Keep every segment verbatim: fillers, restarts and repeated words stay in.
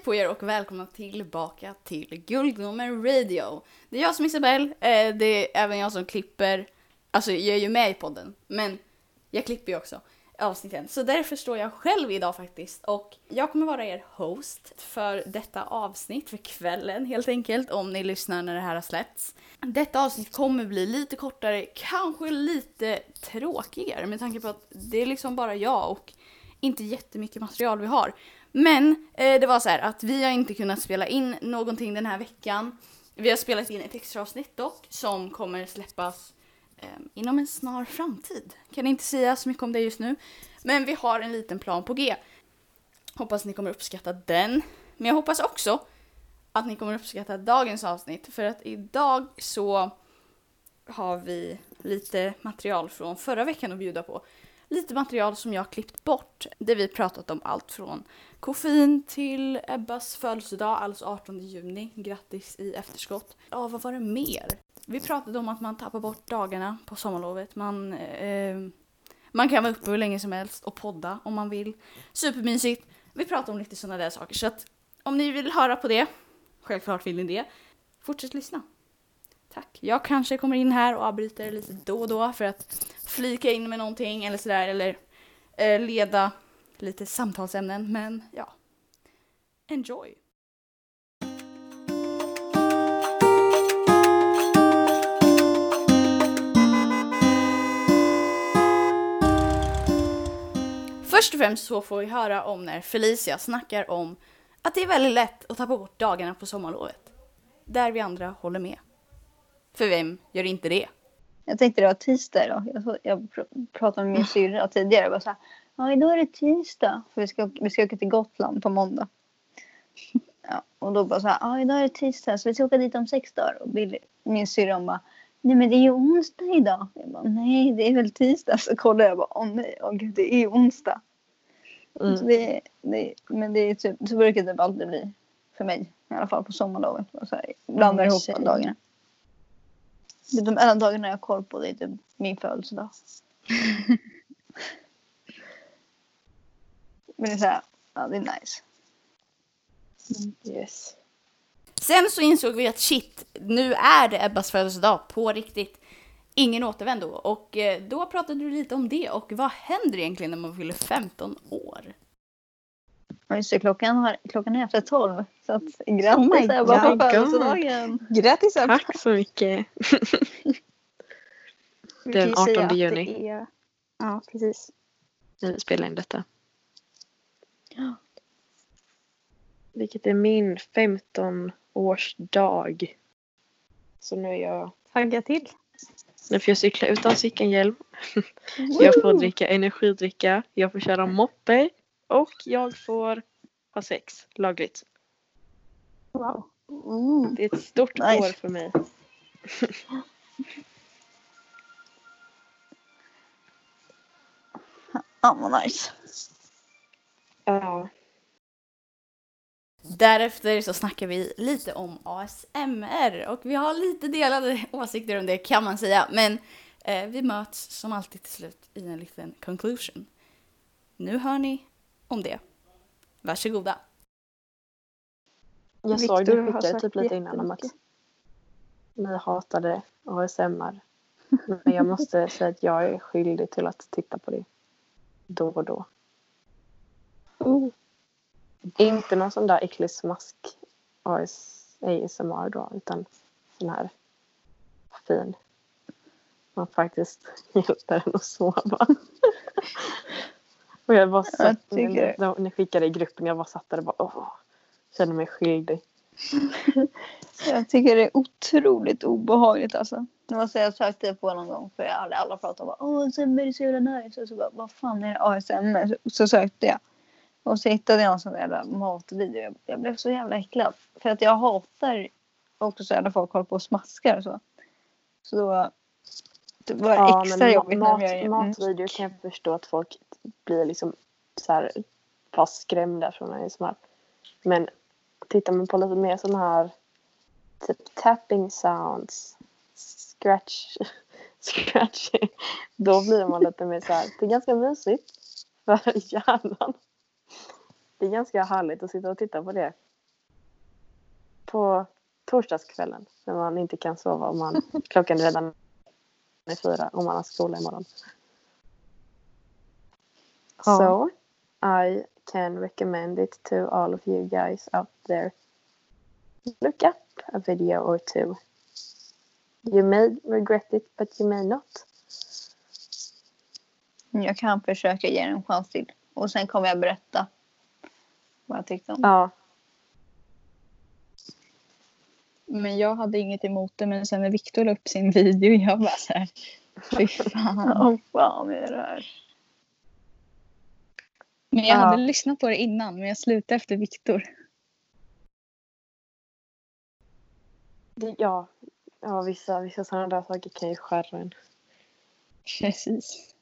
på er och välkomna tillbaka till Guldgnomen Radio. Det är jag som är Isabelle, eh, det är även jag som klipper, alltså jag är ju med i podden, men jag klipper ju också avsnitten. Så därför står jag själv idag faktiskt och jag kommer vara er host för detta avsnitt för kvällen helt enkelt, om ni lyssnar när det här har släppts. Detta avsnitt kommer bli lite kortare, kanske lite tråkigare med tanke på att det är liksom bara jag och inte jättemycket material vi har. Men eh, det var så här att vi har inte kunnat spela in någonting den här veckan. Vi har spelat in ett extra avsnitt dock som kommer släppas eh, inom en snar framtid. Kan inte säga så mycket om det just nu. Men vi har en liten plan på G. Hoppas ni kommer uppskatta den. Men jag hoppas också att ni kommer uppskatta dagens avsnitt. För att idag så har vi lite material från förra veckan att bjuda på. Lite material som jag har klippt bort. Där vi pratat om allt från koffein till Ebbas födelsedag, alltså artonde juni. Grattis i efterskott. Ja, vad var det mer? Vi pratade om att man tappar bort dagarna på sommarlovet. Man, eh, man kan vara uppe hur länge som helst och podda om man vill. Supermysigt. Vi pratade om lite sådana där saker. Så att om ni vill höra på det, självklart vill ni det, fortsätt lyssna. Tack. Jag kanske kommer in här och avbryter lite då och då för att flika in med någonting eller sådär. Eller eh, leda lite samtalsämnen. Men ja, enjoy. Först och främst så får vi höra om när Felicia snackar om att det är väldigt lätt att tappa bort dagarna på sommarlovet. Där vi andra håller med. För vem gör inte det? Jag tänkte det var tisdag idag. Jag, jag pratade med min syrra tidigare. Bara så här, ja, idag är det tisdag. För vi ska, vi ska åka till Gotland på måndag. Ja, och då bara så här, ja, idag är det tisdag. Så vi ska åka dit om sex dagar. Och Billy, min syrra bara, nej men det är ju onsdag idag. Jag bara, nej det är väl tisdag. Så kollade jag bara, åh nej, åh gud, det är ju onsdag. Mm. Så det, det, men det är typ, så brukar det typ alltid bli för mig. I alla fall på sommarlovet. Och så här, blandar ihop de dagarna. Det är de enda dagarna jag har koll på, det är typ min födelsedag. Men det är så här, ja, det är nice. Yes. Sen så insåg vi att shit, nu är det Ebbas födelsedag på riktigt. Ingen återvändo. Och eh, då pratade du lite om det. Och vad händer egentligen när man fyller femton år? Ja, just det, klockan, har, klockan är efter tolv. Så att grattis oh Ebba på födelsedagen. Grattis Ebba. Tack så mycket. Den artonde juni. Är... Ja, precis. Vi spelar in detta. Ja. Vilket är min femton-årsdag. Så nu är jag taggad till. Nu får jag cykla utan cykelhjälm. Jag får dricka energidricka. Jag får köra moppe. Och jag får ha sex lagligt. Wow. Mm. Det är ett stort nice. År för mig. Ja, vad nice. Ja. Därefter så snackar vi lite om A S M R. Och vi har lite delade åsikter om det kan man säga. Men eh, vi möts som alltid till slut i en liten conclusion. Nu hör ni om det. Varsågoda. Jag såg du skickade typ lite innan om att ni hatade A S M R. Men jag måste säga att jag är skyldig till att titta på det då och då. Oh. Inte någon sån där äcklig smask A S M R då, utan sån här fin. Man faktiskt hjälper den att sova. Och jag var så jag tycker... när ni skickade i gruppen, jag var satt där och bara åh, kände mig skyldig. Jag tycker det är otroligt obehagligt alltså. Det var så jag sökte på någon gång, för jag hade alla pratat om åh, sen blir det så jävla nice. Och så bara, vad fan är det A S M R? Så, så sökte jag. Och så hittade jag en sån jävla matvideo. Jag, jag blev så jävla äcklad. För att jag hatar också så jävla folk håller på och smaskar och så. Så då det var ja, extra jobbigt mat, när jag matvideo kan jag förstå att folk blir liksom så här fast skrämda från det som här. Men tittar man på lite mer sån här typ tapping sounds, scratch scratching, då blir man lite mer så här, det är ganska mysigt för hjärnan. Det är ganska härligt att sitta och titta på det. på torsdagskvällen när man inte kan sova om man klockan redan är fyra om man har skola imorgon. Ja. So I can recommend it to all of you guys out there. Look up a video or two. You may regret it, but you may not. Jag kan försöka ge en chans till. Och sen kommer jag berätta vad jag tyckte om. Ja. Men jag hade inget emot det. Men sen när Victor la upp sin video. Jag bara så här. Fy fan. Åh, fan är det här? Men jag Ja. hade lyssnat på det innan. Men jag slutade efter Victor. Det, ja. Ja, vissa, vissa sådana där saker kan ju skärra en. Precis.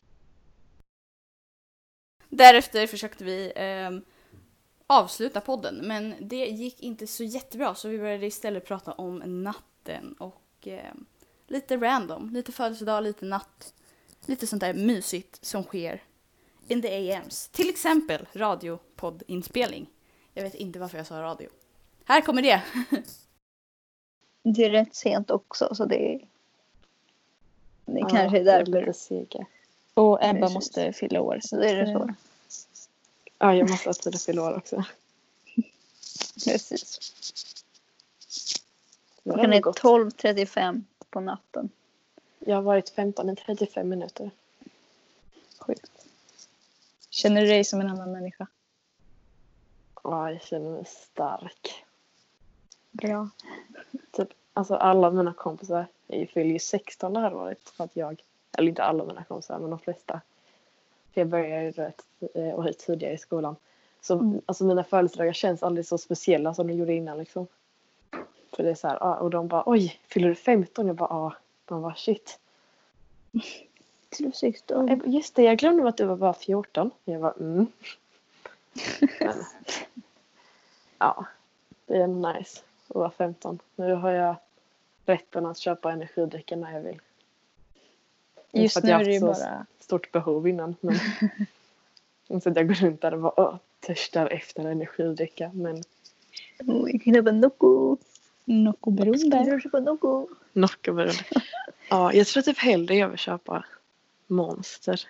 Därefter försökte vi ehm, avsluta podden, men det gick inte så jättebra, så vi började istället prata om natten och ehm, lite random, lite födelsedag, lite natt, lite sånt där mysigt som sker in the A Ms. Till exempel radiopoddinspelning. Jag vet inte varför jag sa radio. Här kommer det. Det är rätt sent också, så det är... Det Ja, kanske är det är därför. lite sega. Och Ebba Precis. måste fylla år. Så det är det så. Ja, jag måste ha tid att fylla år också. Precis. Det har Klockan nog är gått. tolv trettiofem på natten. Jag har varit femton i trettiofem minuter. Sjukt. Känner du dig som en annan människa? Ja, jag känner mig stark. Bra. Typ, alltså alla mina kompisar, jag fyller ju sexton det här året för att jag, eller inte alla mina kompisar men de flesta, för jag började ju rätt eh, och tidigare i skolan, så Mm. alltså mina födelsedagar känns aldrig så speciella som de gjorde innan liksom. För det är så här, ah, och de bara, oj, fyller du femton? Jag bara, ja. De bara, shit. Till sexton. Jag bara, just det, jag glömde att du var bara fjorton. Jag bara, mm. Men, ja, det är nice att vara femton. Nu har jag rätten att köpa energidrycker när jag vill. Inte Just för att nu jag är det ju haft så bara... stort behov innan. Men så att jag går runt där och bara åh, törstar efter energidricka. Men Oh, jag kan köpa Nocco. Nocco-beroende. Jag köpa Nocco. Nocco-beroende. Ja, jag tror typ hellre jag vill köpa Monster.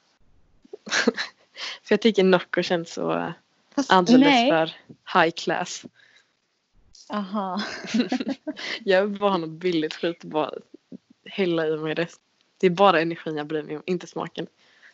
För jag tycker Nocco känns så eh, alldeles nej. för high class. Aha. Jag vill bara ha något billigt skit och bara hälla i mig det. Det är bara energin jag bryr mig om, inte smaken.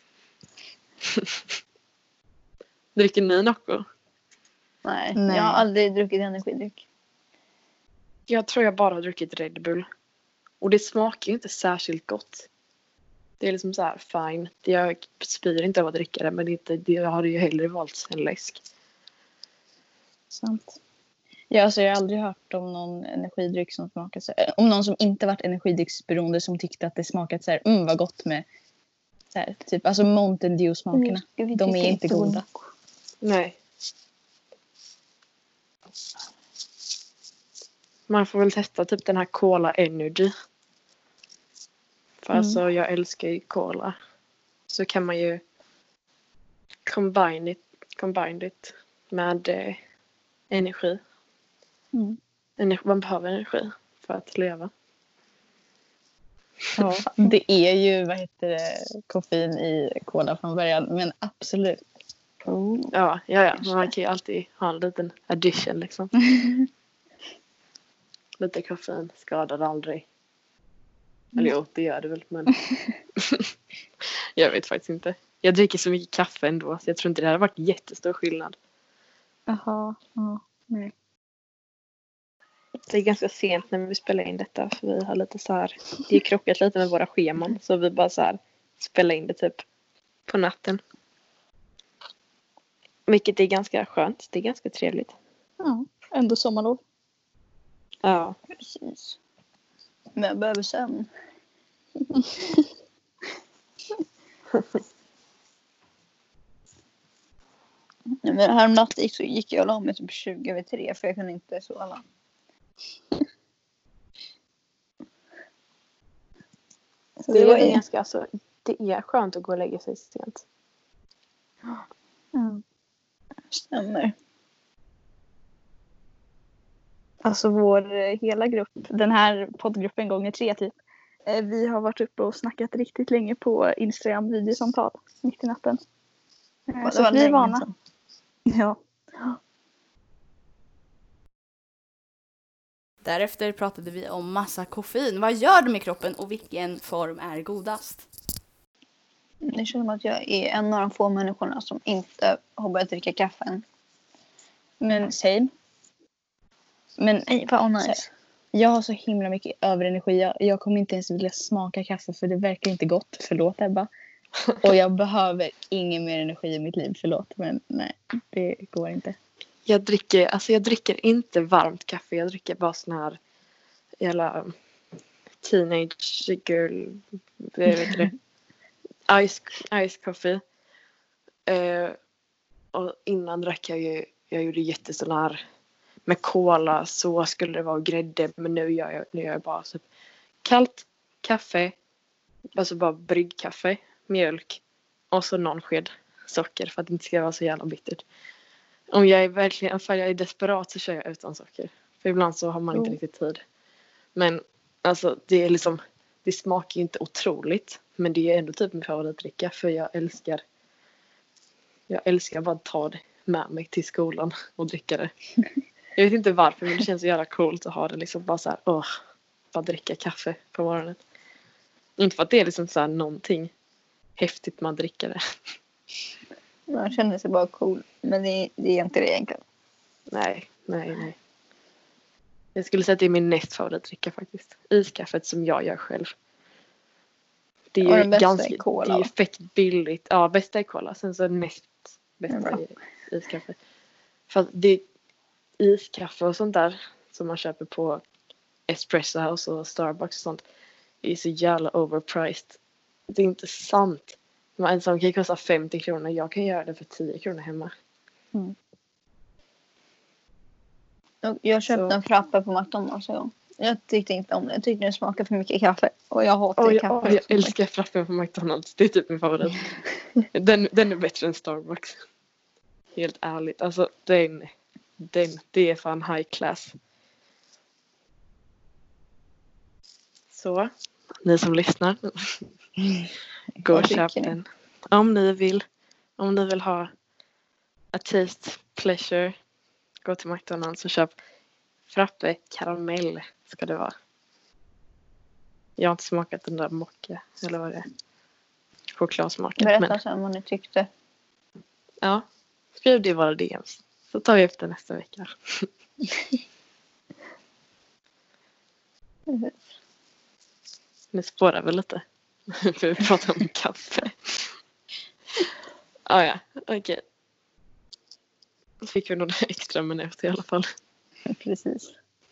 Dricker ni Nocco? Nej, Nej. jag har aldrig druckit energidryck. Jag tror jag bara har druckit Red Bull. Och det smakar ju inte särskilt gott. Det är liksom så här fine. Jag spyr inte av att dricka det, men det är inte, det, jag hade ju hellre valt en läsk. Sant. Ja, alltså jag har aldrig hört om någon energidryck som smakar så här. Om någon som inte varit energidrycksberoende som tyckte att det smakat så här, mm vad gott med så här, typ, alltså Mountain Dew-smakerna. Ska vi De är dricka inte ett år goda. Nocco? Nej. Man får väl testa typ den här Cola Energy. För Mm. alltså jag älskar ju cola. Så kan man ju combine it, combine it med eh, energi. Mm. energi. Man behöver energi för att leva. Ja, det är ju, vad heter det, koffein i cola från början, men absolut. Oh. Ja, ja, ja. Man kan ju alltid ha en liten addition liksom. Lite koffein skadar aldrig. Eller jo, det gör det väl, men jag vet faktiskt inte. Jag dricker så mycket kaffe ändå, så jag tror inte det hade varit jättestor skillnad. Jaha, ja, nej. Det är ganska sent när vi spelar in detta, för vi har lite så här, det är krockat lite med våra scheman, så vi bara så här spelar in det typ på natten. Vilket är ganska skönt, det är ganska trevligt. Ja, ändå sommarlov. Ja. Precis. Men jag behöver sömn. Nej, men här om natten gick, så gick jag och la mig typ tjugo över tre för jag kunde inte sova. Så Det det var är ju... ganska, alltså, det är skönt att gå och lägga sig sent. Mm. Stämmer. alltså vår eh, hela grupp, den här poddgruppen gånger tre typ. Eh, vi har varit uppe och snackat riktigt länge på Instagram videosamtal mitt i natten. Eh, Det så var att vi är länge vana. sedan. Ja. Därefter pratade vi om massa koffein. Vad gör det med kroppen och vilken form är godast? Det känns som att jag är en av de få människorna som inte har börjat dricka kaffe än. Men same. Men Nej, fan nice. jag har så himla mycket överenergi. Jag, jag kommer inte ens vilja smaka kaffe för det verkar inte gott. Förlåt Ebba. Och jag behöver ingen mer energi i mitt liv. Förlåt, men nej, det går inte. Jag dricker, alltså jag dricker inte varmt kaffe. Jag dricker bara sån här jävla teenage girl, vad vet det? Ice, ice coffee. Eh, och innan drack jag ju, jag gjorde jättesån här med cola, så skulle det vara grädde, men nu gör jag, nu gör jag bara typ kallt kaffe, alltså bara bryggkaffe, mjölk och så någon sked socker för att det inte ska vara så jävla bittert. Om jag är verkligen, ifall jag är desperat så kör jag utan socker. För ibland så har man inte Oh. riktigt tid. Men alltså det är liksom, det smakar ju inte otroligt, men det är ändå typ min favoritdricka för jag älskar jag älskar bara att ta det med mig till skolan och dricka det. Jag vet inte varför, men det känns så jävla coolt att ha det liksom bara så här, åh, bara dricka kaffe på morgonen. Inte för att det är liksom så här någonting häftigt man dricker det. Man känner sig bara cool. Men det, det är inte det egentligen. Nej, nej, nej. Jag skulle säga att det är min näst favoritdricka faktiskt. Iskaffet som jag gör själv. Det Och är den ju bästa ganska, är cola, det är ju va? fett billigt. Ja, bästa är cola. Sen så näst bästa Ja, bra. är iskaffe. För att det är iskaffe och sånt där som man köper på Espresso House och Starbucks och sånt. Det är så jävla overpriced. Det är inte sant. Man ensam kan kosta femtio kronor. Jag kan göra det för tio kronor hemma. Och jag köpte Så. en frappe på McDonalds en gång. Jag tyckte inte om det. Jag tyckte det smakade för mycket kaffe. Och jag hatar Åh, jag, kaffe. åh, jag älskar frappen på McDonalds. Det är typ min favorit. den, den är bättre än Starbucks. Helt ärligt. Alltså den, den, det är fan high class. Så, ni som lyssnar. Gå och Vad köp tycker ni? den. Om ni vill. Om ni vill ha a taste pleasure. Gå till McDonalds och köp frappe karamell ska det vara. Jag har inte smakat den där mocka. Eller vad det är. Chokladsmaken. Berätta Men, sen vad ni tyckte. ja. Skriv det i våra D Ms. Så tar vi upp det nästa vecka. Nu spårar vi lite. För vi pratar om kaffe. Ah, ja, okej. Okay. Fick vi några extra minuter i alla fall. Precis.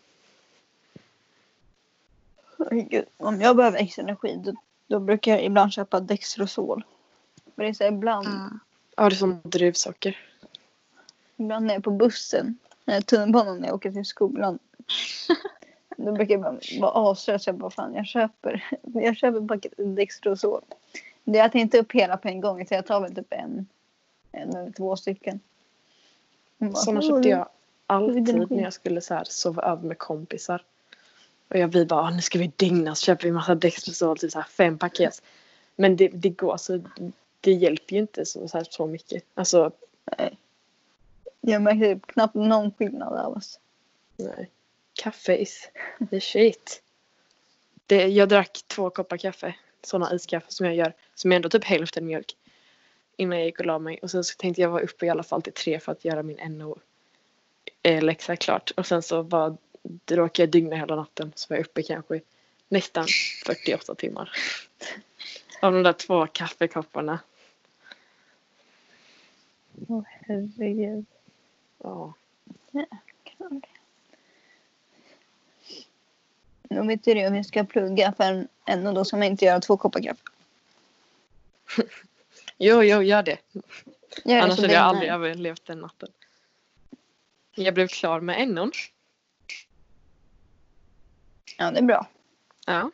Gud, om jag behöver extra energi då, då brukar jag ibland köpa Dextrosol. Men det är så här, ibland, Mm. Ja, det är som druvsocker. ibland när jag är på bussen. När jag är tunnelbanan när jag åker till skolan. Då brukar jag bara vara aslös. Jag bara fan jag köper. Jag köper en paket Dextrosol. Det jag tar inte upp hela på en gång. Så jag tar väl typ en. En eller två stycken. Bara, Sådana "Åh, köpte jag det alltid energi." när jag skulle så här sova över med kompisar. Och jag vi bara, nu ska vi dygna. Så köper vi en massa Dextrosol, typ så här fem paket. Men det, det går så det hjälper ju inte så, så, här, så mycket. Alltså, Nej. Jag märker typ knappt någon skillnad av oss. nej. Kaffe is the shit. Det, jag drack två koppar kaffe. Sådana iskaffe som jag gör. Som är ändå typ hälften mjölk. Innan jag gick och la mig. Och sen så tänkte jag vara uppe i alla fall till tre för att göra min N O-läxa klart. Och sen så bara råkade jag dygna hela natten. Så var jag uppe kanske nästan fyrtioåtta timmar. Av de där två kaffekopparna. Åh herregud. Ja. Då vet du det om jag ska plugga för en, en och då ska man inte göra två koppar kaffe. Jo, jo, gör det. Gör det Annars så hade jag dignar aldrig jag. överlevt den natten. Jag blev klar med N O:n. Ja, det är bra. Ja.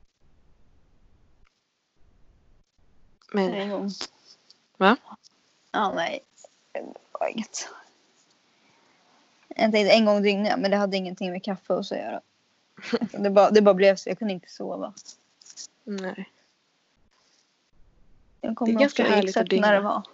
Det är Men, igång. va? Ja, nej. Det var inget. Jag tänkte en gång dygnet, men det hade ingenting med kaffe att göra. Alltså, det, bara, det bara blev så. Jag kunde inte sova. Nej. Jag Det kommer är ganska också härligt exakt att dygna. när det var.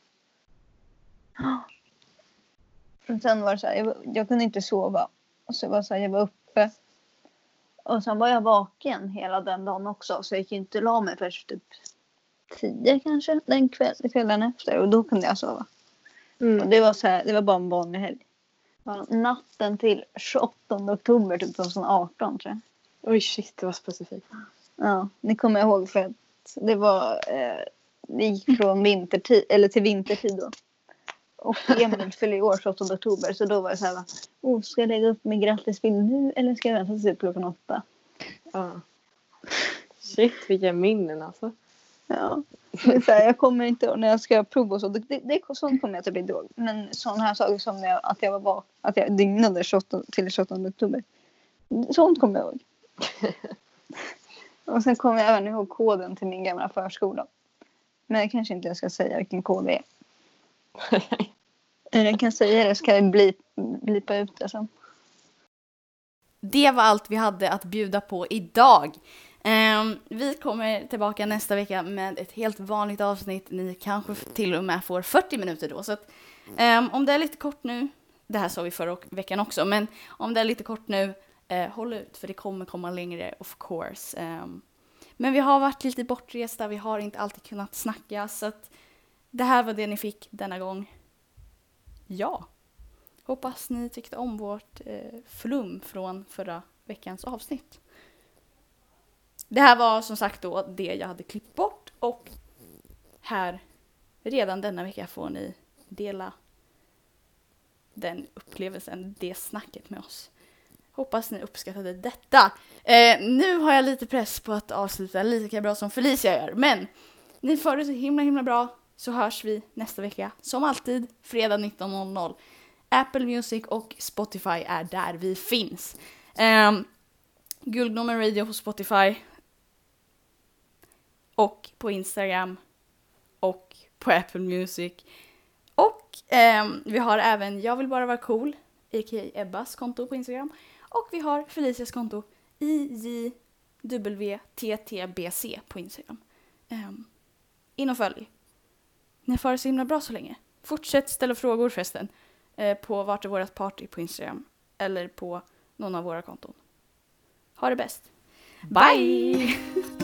Och sen var det så här, jag, jag kunde inte sova. Och så var det så här, jag var uppe. Och sen var jag vaken hela den dagen också. Så jag gick inte la mig först typ tio kanske den kväll, kvällen efter. Och då kunde jag sova. Mm. Och det var så här, det var bara en vanlig helg. Det var natten till tjugoåttonde oktober typ tjugoarton tror jag. Oj shit, det var specifikt. Ja, ni kommer ihåg för att det var eh, det gick från vintertid eller till vintertid då. Och Emil fyller i år tjugoåttonde oktober så då var det så här, oh, ska jag lägga upp min grattisbild nu eller ska jag vänta till typ klockan åtta? Ja. Shit, vilka minnen alltså. Ja. Det är så här, jag kommer inte ihåg när jag ska prova och så. Det, det, det, sånt kommer jag typ inte ihåg. Men sådana här saker som jag, att jag var bak, att jag dygnade tjugoåttonde till tjugoåttonde oktober. Sånt kommer jag ihåg. Och sen kommer jag även ihåg koden till min gamla förskola. Men jag kanske inte jag ska säga vilken kod det är. Eller jag kan säga det så kan vi bli, blipa ut det sen. Det var allt vi hade att bjuda på idag. Um, vi kommer tillbaka nästa vecka med ett helt vanligt avsnitt. Ni kanske till och med får fyrtio minuter då. Så att, um, om det är lite kort nu, det här sa vi förra veckan också, men om det är lite kort nu, uh, håll ut för det kommer komma längre of course. Um, men vi har varit lite bortresta, vi har inte alltid kunnat snacka, så att det här var det ni fick denna gång. Ja, hoppas ni tyckte om vårt uh, flum från förra veckans avsnitt. Det här var som sagt då det jag hade klippt bort och här redan denna vecka får ni dela den upplevelsen, det snacket med oss. Hoppas ni uppskattade detta. Eh, nu har jag lite press på att avsluta lika bra som Felicia gör, men ni får det så himla himla bra, så hörs vi nästa vecka. Som alltid, fredag nitton noll noll. Apple Music och Spotify är där vi finns. Eh, Guldgnomen Radio på Spotify. Och på Instagram. Och på Apple Music. Och eh, vi har även Jag vill bara vara cool. A K A Ebbas konto på Instagram. Och vi har Felicias konto. I J W T T B C på Instagram. Eh, in och följ. Ni får det så himla bra så länge. Fortsätt ställa frågor förresten. Eh, på vart är vårat party på Instagram. Eller på någon av våra konton. Ha det bäst. Bye!